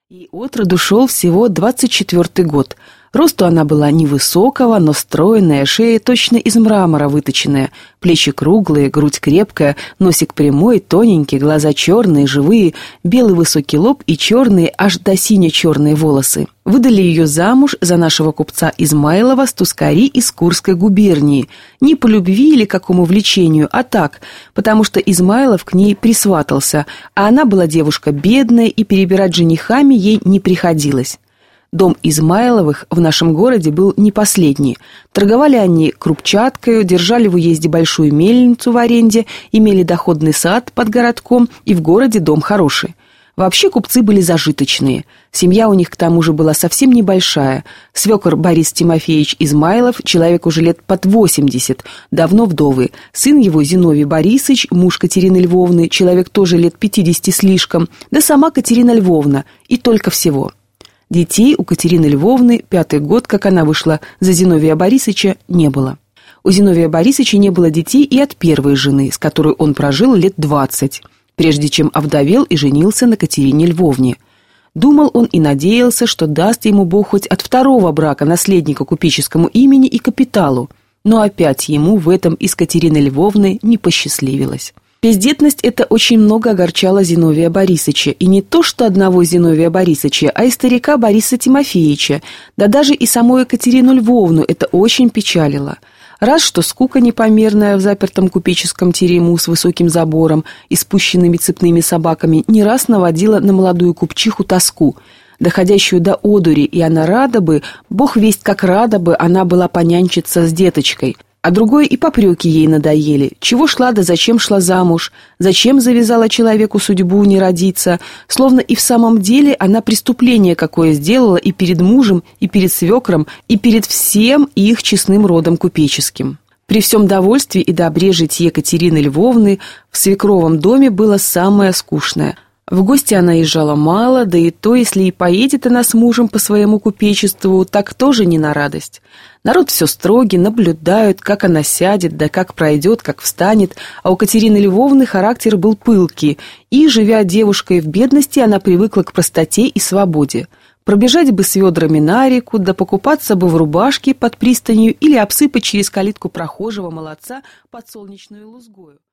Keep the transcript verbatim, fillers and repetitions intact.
И от роду шел всего двадцать четвёртый год. Росту она была невысокого, но стройная, шея точно из мрамора выточенная, плечи круглые, грудь крепкая, носик прямой, тоненький, глаза черные, живые, белый высокий лоб и черные, аж до сине-черные волосы. Выдали ее замуж за нашего купца Измайлова с Тускари из Курской губернии. Не по любви или какому влечению, а так, потому что Измайлов к ней присватался, а она была девушка бедная, и перебирать женихами ей не приходилось. Дом Измайловых в нашем городе был не последний. Торговали они крупчаткою, держали в уезде большую мельницу в аренде, имели доходный сад под городком и в городе дом хороший. Вообще купцы были зажиточные. Семья у них к тому же была совсем небольшая. Свекор Борис Тимофеевич Измайлов, человек уже лет под восемьдесят, давно вдовый. Сын его Зиновий Борисович, муж Катерины Львовны, человек тоже лет пятидесяти слишком, да сама Катерина Львовна, и только всего. Детей у Катерины Львовны, пятый год, как она вышла за Зиновия Борисовича, не было. У Зиновия Борисовича не было детей и от первой жены, с которой он прожил лет двадцать, прежде чем овдовел и женился на Катерине Львовне. Думал он и надеялся, что даст ему Бог хоть от второго брака наследника купеческому имени и капиталу, но опять ему в этом из Катерины Львовны не посчастливилось. Бездетность это очень много огорчала Зиновия Борисовича, и не то что одного Зиновия Борисовича, а и старика Бориса Тимофеевича, да даже и саму Екатерину Львовну это очень печалило. Раз что скука непомерная в запертом купеческом терему с высоким забором и спущенными цепными собаками не раз наводила на молодую купчиху тоску, доходящую до одури, и она рада бы, бог весть как рада бы, она была понянчиться с деточкой. А другое и попреки ей надоели. Чего шла да зачем шла замуж? Зачем завязала человеку судьбу не родиться? Словно и в самом деле она преступление какое сделала и перед мужем, и перед свекром, и перед всем их честным родом купеческим. При всем довольстве и добре житье Екатерины Львовны в свекровом доме было самое скучное. В гости она езжала мало, да и то, если и поедет она с мужем по своему купечеству, так тоже не на радость. Народ все строгий, наблюдают, как она сядет, да как пройдет, как встанет, а у Катерины Львовны характер был пылкий, и, живя девушкой в бедности, она привыкла к простоте и свободе. Пробежать бы с ведрами на реку, да покупаться бы в рубашке под пристанью или обсыпать через калитку прохожего молодца под солнечную лузгою.